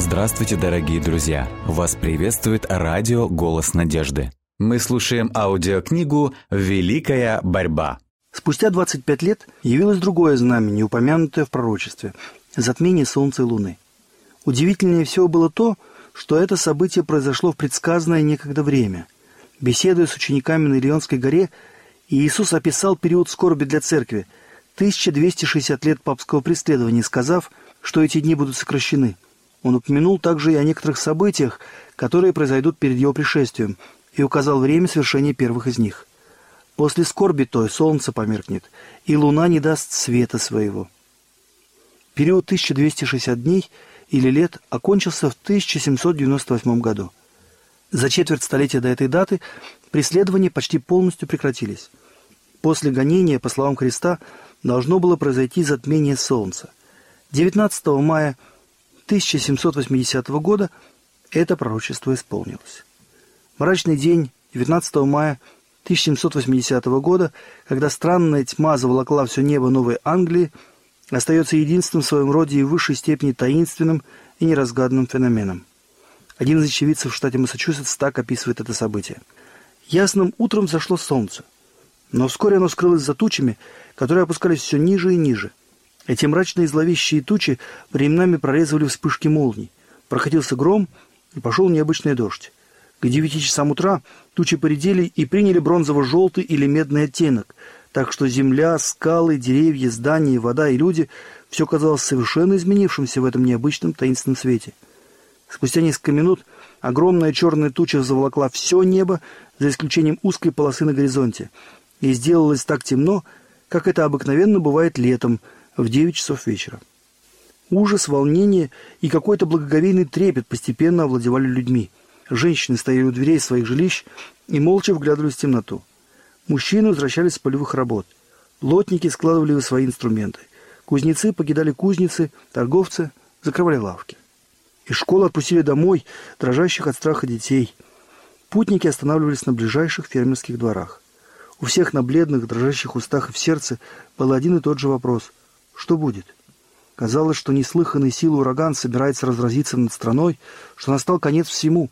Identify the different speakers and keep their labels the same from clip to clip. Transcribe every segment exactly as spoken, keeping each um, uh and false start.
Speaker 1: Здравствуйте, дорогие друзья! Вас приветствует радио «Голос надежды». Мы слушаем аудиокнигу «Великая борьба».
Speaker 2: Спустя двадцать пять лет явилось другое знамение, упомянутое в пророчестве – затмение Солнца и Луны. Удивительнее всего было то, что это событие произошло в предсказанное некогда время. Беседуя с учениками на Илионской горе, Иисус описал период скорби для церкви – тысяча двести шестьдесят лет папского преследования, сказав, что эти дни будут сокращены. Он упомянул также и о некоторых событиях, которые произойдут перед его пришествием, и указал время совершения первых из них. После скорби той солнце померкнет, и луна не даст света своего. Период тысяча двести шестьдесят дней или лет окончился в тысяча семьсот девяносто восьмом году. За четверть столетия до этой даты преследования почти полностью прекратились. После гонения, по словам Христа, должно было произойти затмение солнца. девятнадцатого мая тысяча семьсот восьмидесятого года это пророчество исполнилось. Мрачный день девятнадцатого мая тысяча семьсот восьмидесятого года, когда странная тьма заволокла все небо Новой Англии, остается единственным в своем роде и в высшей степени таинственным и неразгаданным феноменом. Один из очевидцев в штате Массачусетс так описывает это событие. Ясным утром зашло солнце, но вскоре оно скрылось за тучами, которые опускались все ниже и ниже. Эти мрачные зловещие тучи временами прорезывали вспышки молний. Прокатился гром, и пошел необычный дождь. К девяти часам утра тучи поредели и приняли бронзово-желтый или медный оттенок, так что земля, скалы, деревья, здания, вода и люди — все казалось совершенно изменившимся в этом необычном таинственном свете. Спустя несколько минут огромная черная туча заволокла все небо, за исключением узкой полосы на горизонте, и сделалось так темно, как это обыкновенно бывает летом, в девять часов вечера. Ужас, волнение и какой-то благоговейный трепет постепенно овладевали людьми. Женщины стояли у дверей своих жилищ и молча вглядывались в темноту. Мужчины возвращались с полевых работ. Плотники складывали свои инструменты. Кузнецы покидали кузницы, торговцы закрывали лавки. Из школы отпустили домой дрожащих от страха детей. Путники останавливались на ближайших фермерских дворах. У всех на бледных, дрожащих устах и в сердце был один и тот же вопрос: что будет? Казалось, что неслыханной силой ураган собирается разразиться над страной, что настал конец всему.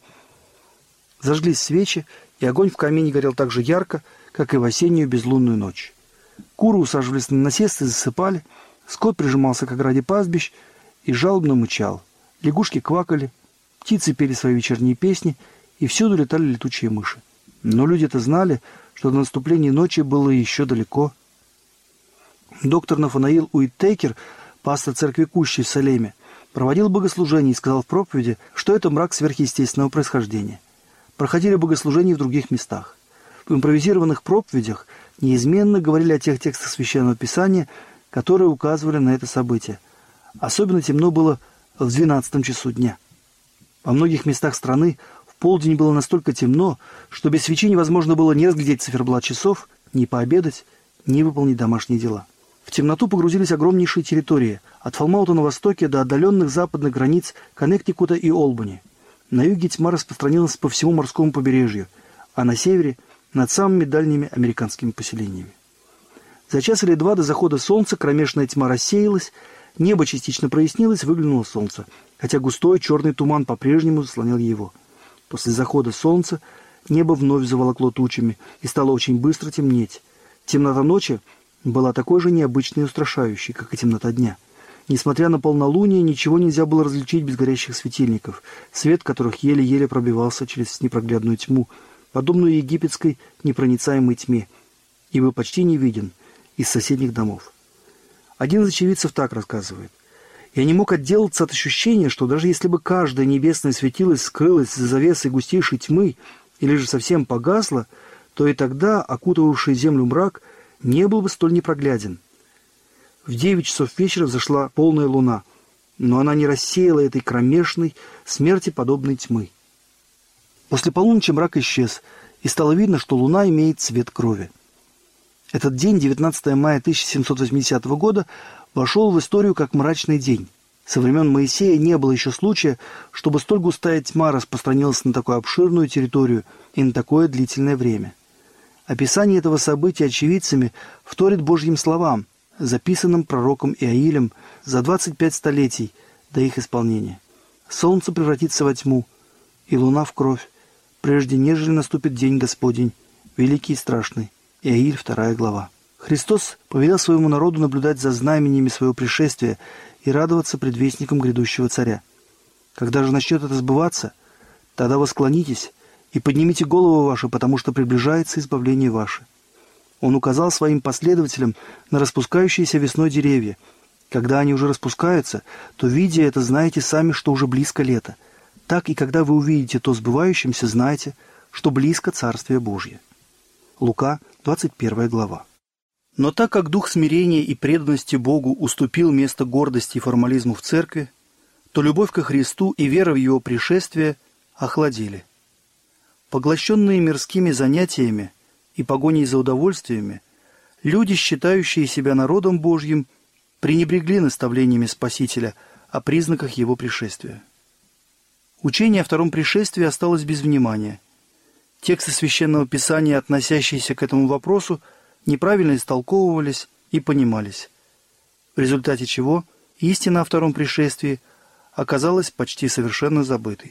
Speaker 2: Зажглись свечи, и огонь в камине горел так же ярко, как и в осеннюю безлунную ночь. Куры усаживались на насест и засыпали, скот прижимался к ограде пастбищ и жалобно мычал. Лягушки квакали, птицы пели свои вечерние песни, и всюду летали летучие мыши. Но люди-то знали, что до наступления ночи было еще далеко. Доктор Нафанаил Уиттекер, пастор церкви Кущи в Салеме, проводил богослужение и сказал в проповеди, что это мрак сверхъестественного происхождения. Проходили богослужения в других местах. В импровизированных проповедях неизменно говорили о тех текстах Священного Писания, которые указывали на это событие. Особенно темно было в двенадцатом часу дня. Во многих местах страны в полдень было настолько темно, что без свечи невозможно было ни разглядеть циферблат часов, ни пообедать, ни выполнить домашние дела. В темноту погрузились огромнейшие территории, от Фалмаута на востоке до отдаленных западных границ Коннектикута и Олбани. На юге тьма распространилась по всему морскому побережью, а на севере – над самыми дальними американскими поселениями. За час или два до захода солнца кромешная тьма рассеялась, небо частично прояснилось, выглянуло солнце, хотя густой черный туман по-прежнему заслонял его. После захода солнца небо вновь заволокло тучами и стало очень быстро темнеть. Темнота ночи была такой же необычной и устрашающей, как и темнота дня. Несмотря на полнолуние, ничего нельзя было различить без горящих светильников, свет которых еле-еле пробивался через непроглядную тьму, подобную египетской непроницаемой тьме, ибо почти не виден из соседних домов. Один из очевидцев так рассказывает: «Я не мог отделаться от ощущения, что даже если бы каждое небесное светило скрылось за завесой густейшей тьмы или же совсем погасло, то и тогда окутывавший землю мрак не был бы столь непрогляден. В девять часов вечера взошла полная луна, но она не рассеяла этой кромешной, смерти подобной тьмы. После полуночи мрак исчез, и стало видно, что луна имеет цвет крови. Этот день, девятнадцатого мая тысяча семьсот восьмидесятого года, вошел в историю как мрачный день. Со времен Моисея не было еще случая, чтобы столь густая тьма распространилась на такую обширную территорию и на такое длительное время. Описание этого события очевидцами вторит Божьим словам, записанным пророком Иаилем за двадцать пять столетий до их исполнения. солнце превратится во тьму, и луна в кровь, прежде нежели наступит день Господень, великий и страшный». Иаиль, вторая глава. Христос повелел своему народу наблюдать за знамениями своего пришествия и радоваться предвестникам грядущего царя. Когда же начнет это сбываться, тогда восклонитесь и поднимите голову ваши, потому что приближается избавление ваше. Он указал своим последователям на распускающиеся весной деревья. Когда они уже распускаются, то, видя это, знаете сами, что уже близко лето. Так и когда вы увидите то сбывающимся, знайте, что близко Царствие Божье. Лука, двадцать первая глава. Но так как дух смирения и преданности Богу уступил место гордости и формализму в церкви, то любовь ко Христу и вера в Его пришествие охладели. Поглощенные мирскими занятиями и погоней за удовольствиями, люди, считающие себя народом Божьим, пренебрегли наставлениями Спасителя о признаках Его пришествия. Учение о втором пришествии осталось без внимания. Тексты Священного Писания, относящиеся к этому вопросу, неправильно истолковывались и понимались, в результате чего истина о втором пришествии оказалась почти совершенно забытой.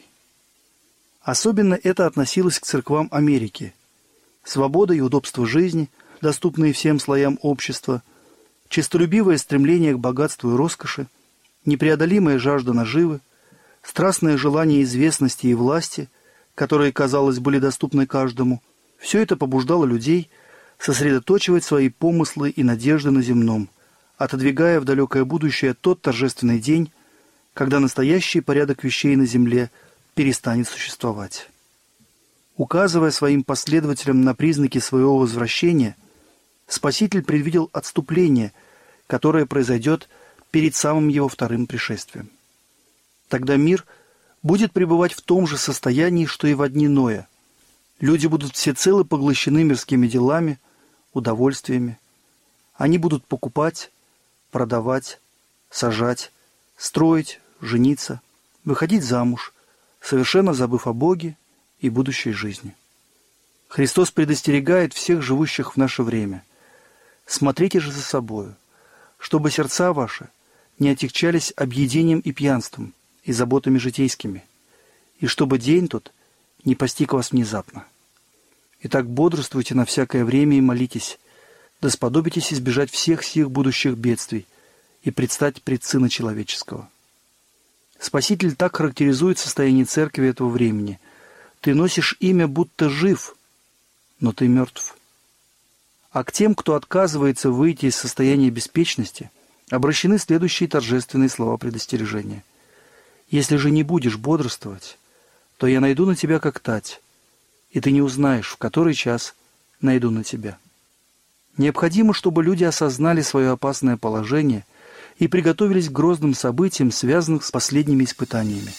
Speaker 2: Особенно это относилось к церквам Америки. Свобода и удобство жизни, доступные всем слоям общества, честолюбивое стремление к богатству и роскоши, непреодолимая жажда наживы, страстное желание известности и власти, которые, казалось, были доступны каждому, все это побуждало людей сосредоточивать свои помыслы и надежды на земном, отодвигая в далекое будущее тот торжественный день, когда настоящий порядок вещей на земле перестанет существовать. Указывая своим последователям на признаки своего возвращения, Спаситель предвидел отступление, которое произойдет перед самым его вторым пришествием. Тогда мир будет пребывать в том же состоянии, что и во дни Ноя. Люди будут всецело поглощены мирскими делами, удовольствиями. Они будут покупать, продавать, сажать, строить, жениться, выходить замуж, совершенно забыв о Боге и будущей жизни. Христос предостерегает всех живущих в наше время: смотрите же за собою, чтобы сердца ваши не отягчались объедением и пьянством и заботами житейскими, и чтобы день тот не постиг вас внезапно. Итак, бодрствуйте на всякое время и молитесь, да сподобитесь избежать всех сих будущих бедствий и предстать пред Сына Человеческого. Спаситель так характеризует состояние церкви этого времени: ты носишь имя, будто жив, но ты мертв. А к тем, кто отказывается выйти из состояния беспечности, обращены следующие торжественные слова предостережения: «Если же не будешь бодрствовать, то я найду на тебя как тать, и ты не узнаешь, в который час найду на тебя». Необходимо, чтобы люди осознали свое опасное положение и приготовились к грозным событиям, связанным с последними испытаниями.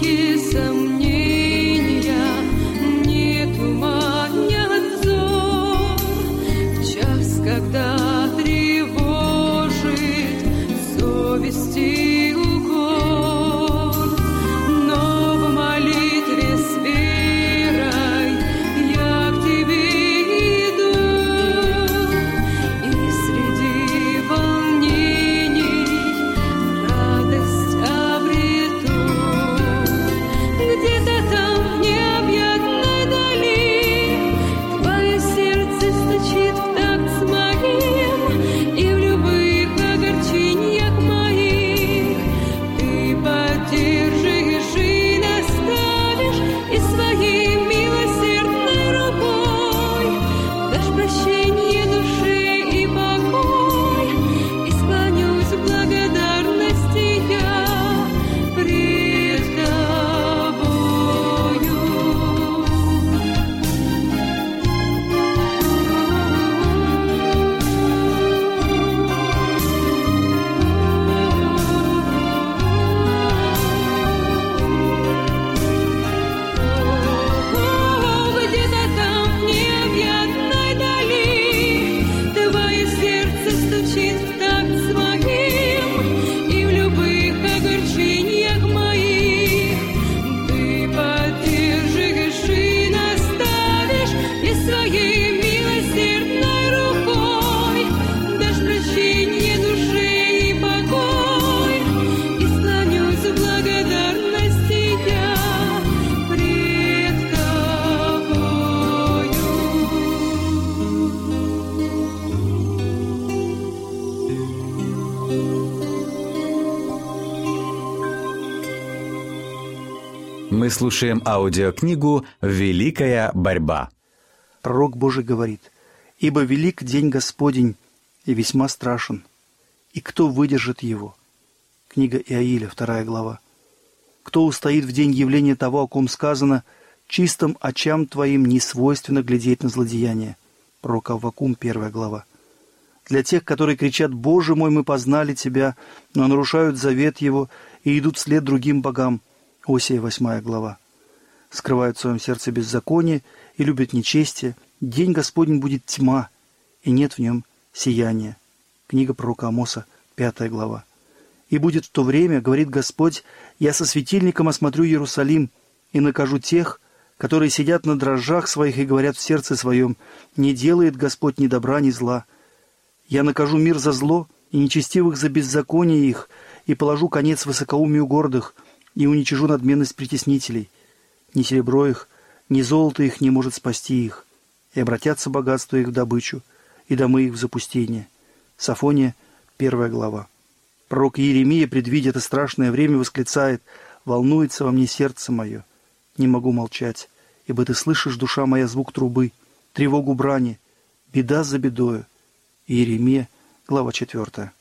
Speaker 3: Сомнения, не туманят взор.
Speaker 1: Мы слушаем аудиокнигу «Великая борьба».
Speaker 2: Пророк Божий говорит: «Ибо велик день Господень и весьма страшен, и кто выдержит его?» Книга Иаиля, вторая глава. «Кто устоит в день явления того, о ком сказано: чистым очам твоим не свойственно глядеть на злодеяние?» Пророк Аввакум, первая глава. Для тех, которые кричат: «Боже мой, мы познали Тебя», но нарушают завет Его и идут вслед другим богам. Осия, восьмая глава. Скрывают в своем сердце беззаконие и любят нечестие. День Господень будет тьма, и нет в нем сияния. Книга пророка Амоса, пятая глава. «И будет в то время, говорит Господь, я со светильником осмотрю Иерусалим и накажу тех, которые сидят на дрожжах своих и говорят в сердце своем: не делает Господь ни добра, ни зла. Я накажу мир за зло и нечестивых за беззаконие их, и положу конец высокоумию гордых, и уничижу надменность притеснителей. Ни серебро их, ни золото их не может спасти их, и обратятся богатства их в добычу, и домы их в запустение». Софония, первая глава. Пророк Иеремия, предвидя это страшное время, восклицает: «Волнуется во мне сердце мое, не могу молчать, ибо ты слышишь, душа моя, звук трубы, тревогу брани, беда за бедою». Иеремия, глава четвертая.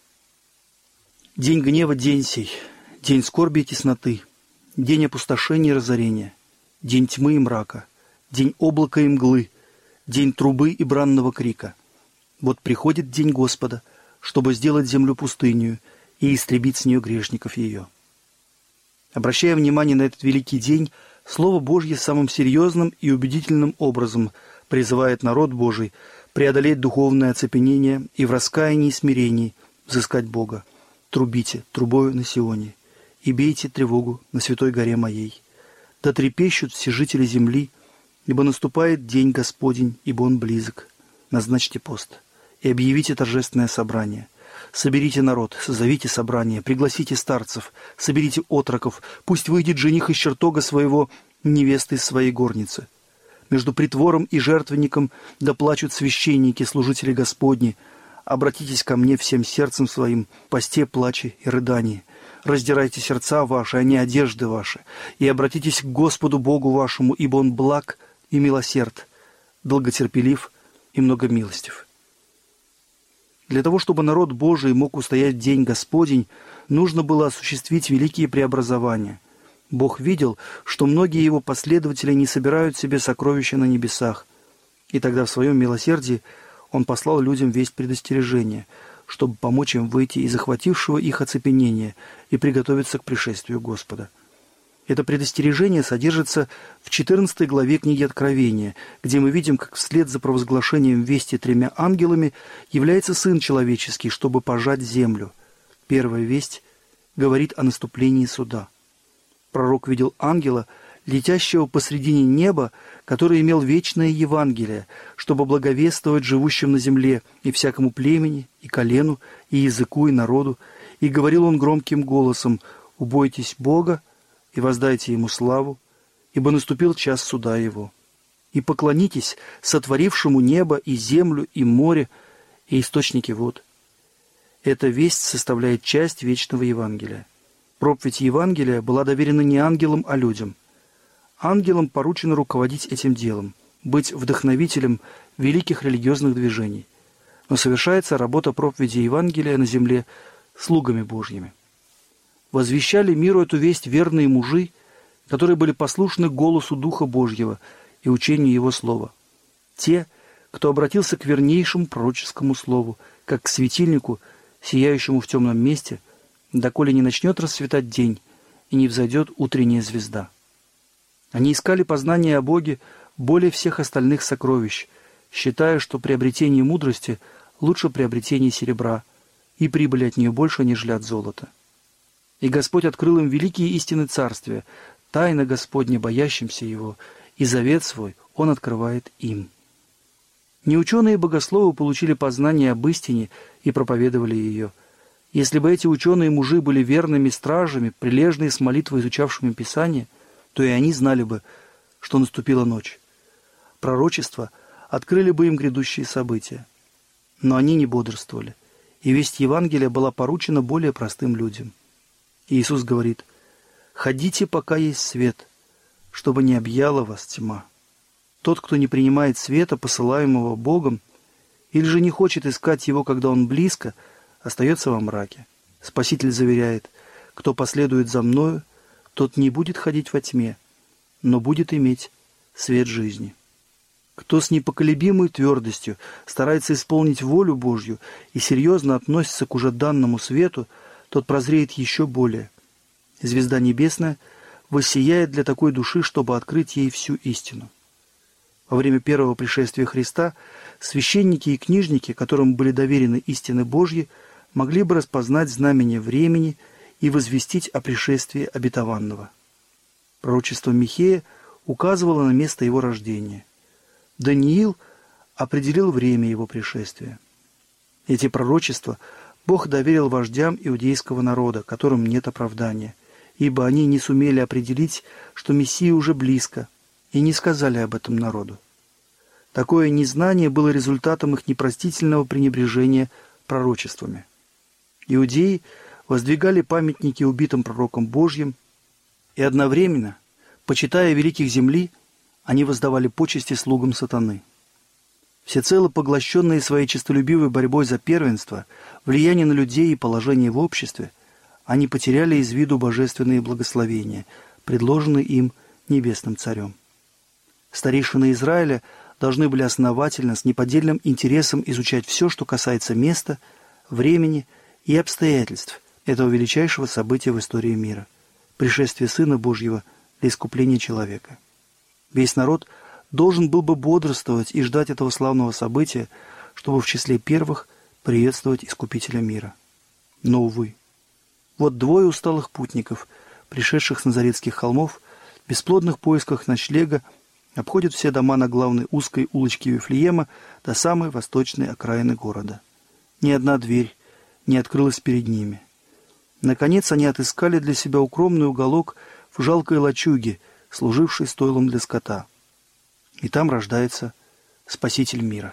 Speaker 2: День гнева, день сей, день скорби и тесноты, день опустошения и разорения, день тьмы и мрака, день облака и мглы, день трубы и бранного крика. Вот приходит день Господа, чтобы сделать землю пустынью и истребить с нее грешников ее. Обращая внимание на этот великий день, Слово Божье самым серьезным и убедительным образом призывает народ Божий преодолеть духовное оцепенение и в раскаянии и смирении взыскать Бога. «Трубите трубою на Сионе, и бейте тревогу на святой горе моей. Да трепещут все жители земли, ибо наступает день Господень, ибо он близок. Назначьте пост и объявите торжественное собрание. Соберите народ, созовите собрание, пригласите старцев, соберите отроков, пусть выйдет жених из чертога своего, невесты из своей горницы. Между притвором и жертвенником да плачут священники, служители Господни. Обратитесь ко мне всем сердцем своим, посте, плаче и рыдании. Раздирайте сердца ваши, а не одежды ваши, и обратитесь к Господу Богу вашему, ибо Он благ и милосерд, долготерпелив и многомилостив». Для того, чтобы народ Божий мог устоять в день Господень, нужно было осуществить великие преобразования. Бог видел, что многие Его последователи не собирают себе сокровища на небесах, и тогда в своем милосердии Он послал людям весть предостережения, чтобы помочь им выйти из захватившего их оцепенения и приготовиться к пришествию Господа. Это предостережение содержится в четырнадцатой главе книги Откровения, где мы видим, как вслед за провозглашением вести тремя ангелами является Сын Человеческий, чтобы пожать землю. Первая весть говорит о наступлении суда. Пророк видел ангела, летящего посредине неба, который имел вечное Евангелие, чтобы благовествовать живущим на земле и всякому племени, и колену, и языку, и народу. И говорил он громким голосом: «Убойтесь Бога и воздайте Ему славу, ибо наступил час суда Его. И поклонитесь сотворившему небо и землю и море и источники вод». Эта весть составляет часть вечного Евангелия. Проповедь Евангелия была доверена не ангелам, а людям. Ангелам поручено руководить этим делом, быть вдохновителем великих религиозных движений. Но совершается работа проповеди Евангелия на земле слугами Божьими. Возвещали миру эту весть верные мужи, которые были послушны голосу Духа Божьего и учению Его Слова. Те, кто обратился к вернейшему пророческому слову, как к светильнику, сияющему в темном месте, доколе не начнет расцветать день и не взойдет утренняя звезда. Они искали познания о Боге более всех остальных сокровищ, считая, что приобретение мудрости лучше приобретения серебра, и прибыли от нее больше, нежели от золота. И Господь открыл им великие истины Царствия, тайна Господня, боящимся Его, и завет свой Он открывает им. Неученые богословы получили познание об истине и проповедовали ее. Если бы эти ученые-мужи были верными стражами, прилежные с молитвой изучавшими Писание, то и они знали бы, что наступила ночь. Пророчества открыли бы им грядущие события. Но они не бодрствовали, и весть Евангелия была поручена более простым людям. И Иисус говорит: «Ходите, пока есть свет, чтобы не объяла вас тьма. Тот, кто не принимает света, посылаемого Богом, или же не хочет искать его, когда он близко, остается во мраке. Спаситель заверяет: кто последует за мною, тот не будет ходить во тьме, но будет иметь свет жизни. Кто с непоколебимой твердостью старается исполнить волю Божью и серьезно относится к уже данному свету, тот прозреет еще более. Звезда небесная воссияет для такой души, чтобы открыть ей всю истину. Во время первого пришествия Христа священники и книжники, которым были доверены истины Божьи, могли бы распознать знамения времени и возвестить о пришествии обетованного. Пророчество Михея указывало на место его рождения. Даниил определил время его пришествия. Эти пророчества Бог доверил вождям иудейского народа, которым нет оправдания, ибо они не сумели определить, что Мессия уже близко, и не сказали об этом народу. Такое незнание было результатом их непростительного пренебрежения пророчествами. Иудеи воздвигали памятники убитым пророкам Божьим, и одновременно, почитая великих земли, они воздавали почести слугам сатаны. Всецело поглощенные своей честолюбивой борьбой за первенство, влияние на людей и положение в обществе, они потеряли из виду божественные благословения, предложенные им небесным царем. Старейшины Израиля должны были основательно, с неподдельным интересом изучать все, что касается места, времени и обстоятельств этого величайшего события в истории мира – пришествия Сына Божьего для искупления человека. Весь народ должен был бы бодрствовать и ждать этого славного события, чтобы в числе первых приветствовать Искупителя мира. Но, увы, вот двое усталых путников, пришедших с Назаретских холмов, в бесплодных поисках ночлега, обходят все дома на главной узкой улочке Вифлеема до самой восточной окраины города. Ни одна дверь не открылась перед ними. Наконец они отыскали для себя укромный уголок в жалкой лачуге, служившей стойлом для скота. И там рождается Спаситель мира.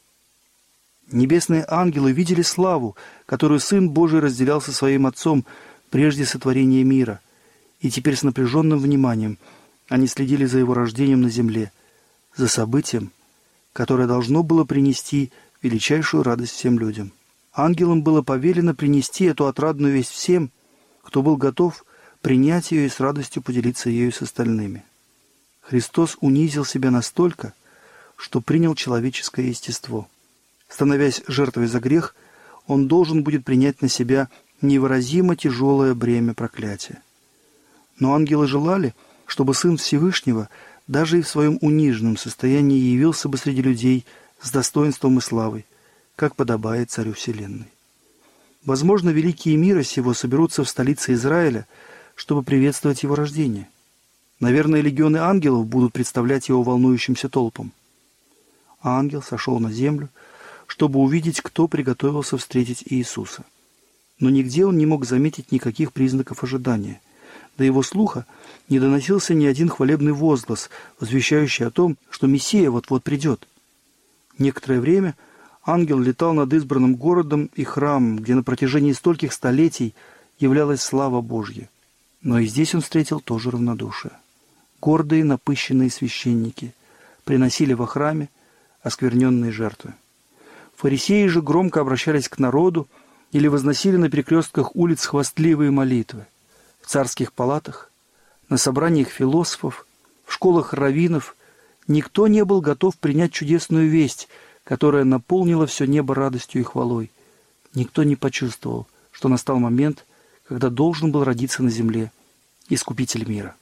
Speaker 2: Небесные ангелы видели славу, которую Сын Божий разделял со Своим Отцом прежде сотворения мира, и теперь с напряженным вниманием они следили за Его рождением на земле, за событием, которое должно было принести величайшую радость всем людям. Ангелам было повелено принести эту отрадную весть всем, кто был готов принять ее и с радостью поделиться ею с остальными. Христос унизил себя настолько, что принял человеческое естество. Становясь жертвой за грех, Он должен будет принять на себя невыразимо тяжелое бремя проклятия. Но ангелы желали, чтобы Сын Всевышнего даже и в своем униженном состоянии явился бы среди людей с достоинством и славой, как подобает Царю Вселенной. Возможно, великие мира сего соберутся в столице Израиля, чтобы приветствовать его рождение. Наверное, легионы ангелов будут представлять его волнующимся толпам. А ангел сошел на землю, чтобы увидеть, кто приготовился встретить Иисуса. Но нигде он не мог заметить никаких признаков ожидания. До его слуха не доносился ни один хвалебный возглас, возвещающий о том, что Мессия вот-вот придет. Некоторое время ангел летал над избранным городом и храмом, где на протяжении стольких столетий являлась слава Божья. Но и здесь он встретил тоже равнодушие. Гордые, напыщенные священники приносили во храме оскверненные жертвы. Фарисеи же громко обращались к народу или возносили на перекрестках улиц хвастливые молитвы. В царских палатах, на собраниях философов, в школах раввинов никто не был готов принять чудесную весть, которая наполнила все небо радостью и хвалой. Никто не почувствовал, что настал момент, когда должен был родиться на земле Искупитель мира.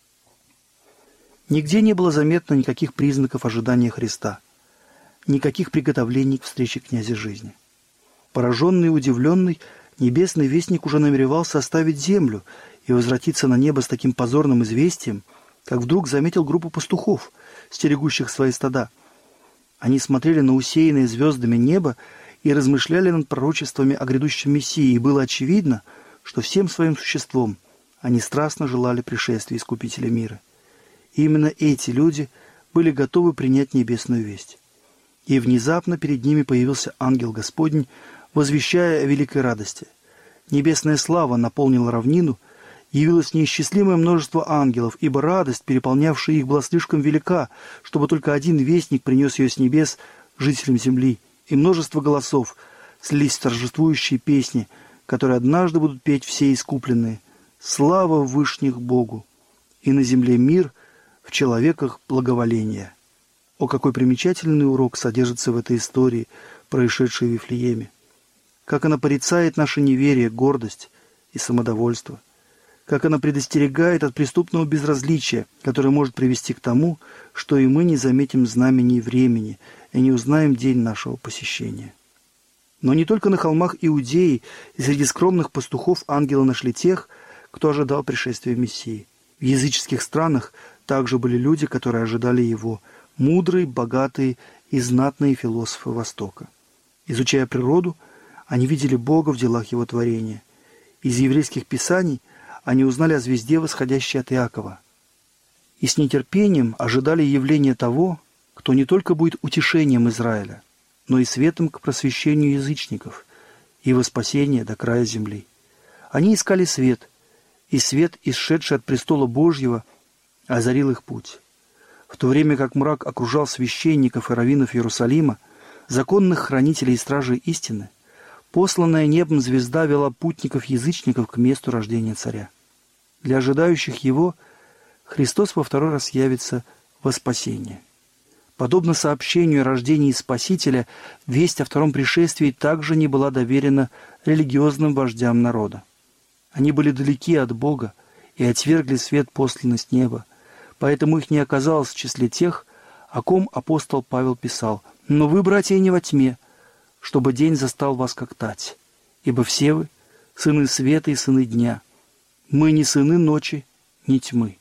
Speaker 2: Нигде не было заметно никаких признаков ожидания Христа, никаких приготовлений к встрече князя жизни. Пораженный и удивленный, небесный вестник уже намеревался оставить землю и возвратиться на небо с таким позорным известием, как вдруг заметил группу пастухов, стерегущих свои стада. Они смотрели на усеянное звездами небо и размышляли над пророчествами о грядущем Мессии, и было очевидно, что всем своим существом они страстно желали пришествия Искупителя мира. И именно эти люди были готовы принять небесную весть. И внезапно перед ними появился ангел Господень, возвещая о великой радости. Небесная слава наполнила равнину, Явилось неисчислимое множество ангелов, ибо радость, переполнявшая их, была слишком велика, чтобы только один вестник принес ее с небес жителям земли, и множество голосов слились в торжествующие песни, которые однажды будут петь все искупленные. Слава вышних Богу! И на земле мир, в человеках благоволение. О, какой примечательный урок содержится в этой истории, происшедшей в Вифлееме! Как она порицает наше неверие, гордость и самодовольство! Как она предостерегает от преступного безразличия, которое может привести к тому, что и мы не заметим знамений времени и не узнаем день нашего посещения. Но не только на холмах Иудеи и среди скромных пастухов ангелы нашли тех, кто ожидал пришествия Мессии. В языческих странах также были люди, которые ожидали его, мудрые, богатые и знатные философы Востока. Изучая природу, они видели Бога в делах его творения. Из еврейских писаний они узнали о звезде, восходящей от Иакова, и с нетерпением ожидали явления того, кто не только будет утешением Израиля, но и светом к просвещению язычников и во спасение до края земли. Они искали свет, и свет, исшедший от престола Божьего, озарил их путь. В то время как мрак окружал священников и раввинов Иерусалима, законных хранителей и стражей истины, посланная небом звезда вела путников-язычников к месту рождения царя. Для ожидающих его Христос во второй раз явится во спасение. Подобно сообщению о рождении Спасителя, весть о втором пришествии также не была доверена религиозным вождям народа. Они были далеки от Бога и отвергли свет, посланный с неба, поэтому их не оказалось в числе тех, о ком апостол Павел писал: «Но вы, братья, не во тьме, чтобы день застал вас как тать, ибо все вы — сыны света и сыны дня. Мы не сыны ночи, ни тьмы».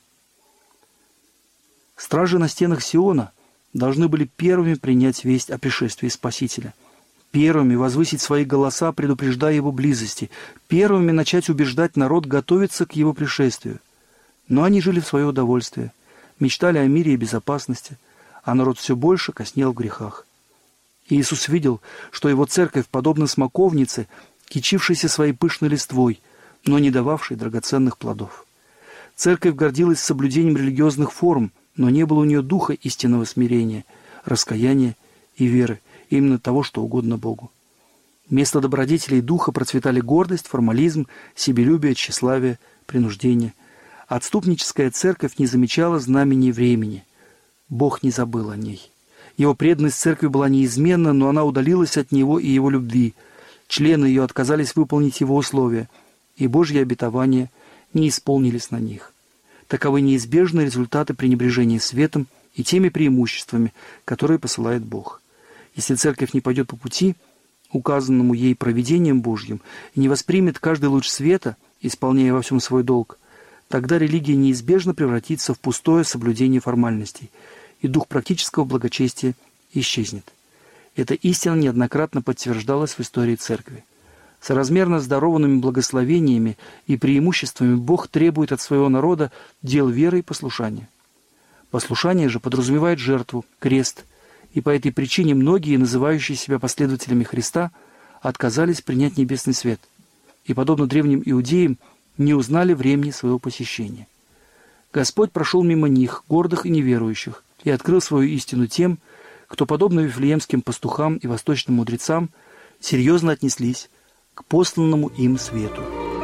Speaker 2: Стражи на стенах Сиона должны были первыми принять весть о пришествии Спасителя, первыми возвысить свои голоса, предупреждая его близости, первыми начать убеждать народ готовиться к его пришествию. Но они жили в свое удовольствие, мечтали о мире и безопасности, а народ все больше коснел в грехах. И Иисус видел, что его церковь подобна смоковнице, кичившейся своей пышной листвой, но не дававшей драгоценных плодов. Церковь гордилась соблюдением религиозных форм, но не было у нее духа истинного смирения, раскаяния и веры, именно того, что угодно Богу. Вместо добродетелей духа процветали гордость, формализм, себелюбие, тщеславие, принуждение. Отступническая церковь не замечала знамений времени. Бог не забыл о ней. Его преданность церкви была неизменна, но она удалилась от него и его любви. Члены ее отказались выполнить его условия, и Божьи обетования не исполнились на них. Таковы неизбежные результаты пренебрежения светом и теми преимуществами, которые посылает Бог. Если церковь не пойдет по пути, указанному ей провидением Божьим, и не воспримет каждый луч света, исполняя во всем свой долг, тогда религия неизбежно превратится в пустое соблюдение формальностей, и дух практического благочестия исчезнет. Эта истина неоднократно подтверждалась в истории церкви. Соразмерно с дарованными благословениями и преимуществами Бог требует от своего народа дел веры и послушания. Послушание же подразумевает жертву, крест, и по этой причине многие, называющие себя последователями Христа, отказались принять небесный свет, и, подобно древним иудеям, не узнали времени своего посещения. Господь прошел мимо них, гордых и неверующих, и открыл свою истину тем, кто, подобно вифлеемским пастухам и восточным мудрецам, серьезно отнеслись к посланному им свету.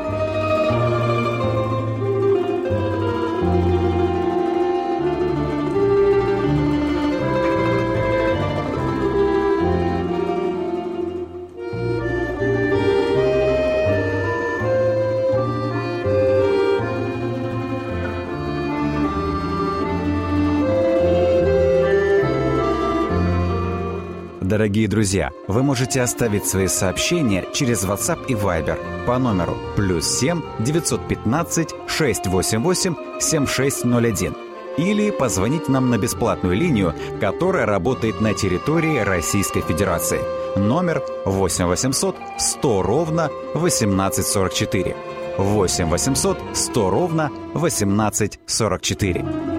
Speaker 1: Дорогие друзья, вы можете оставить свои сообщения через WhatsApp и Viber по номеру плюс семь девятьсот пятнадцать шестьсот восемьдесят восемь семьдесят шесть ноль один или позвонить нам на бесплатную линию, которая работает на территории Российской Федерации. Номер восемь восемьсот сто ровно восемнадцать сорок четыре. восемь восемьсот сто ровно восемнадцать сорок четыре.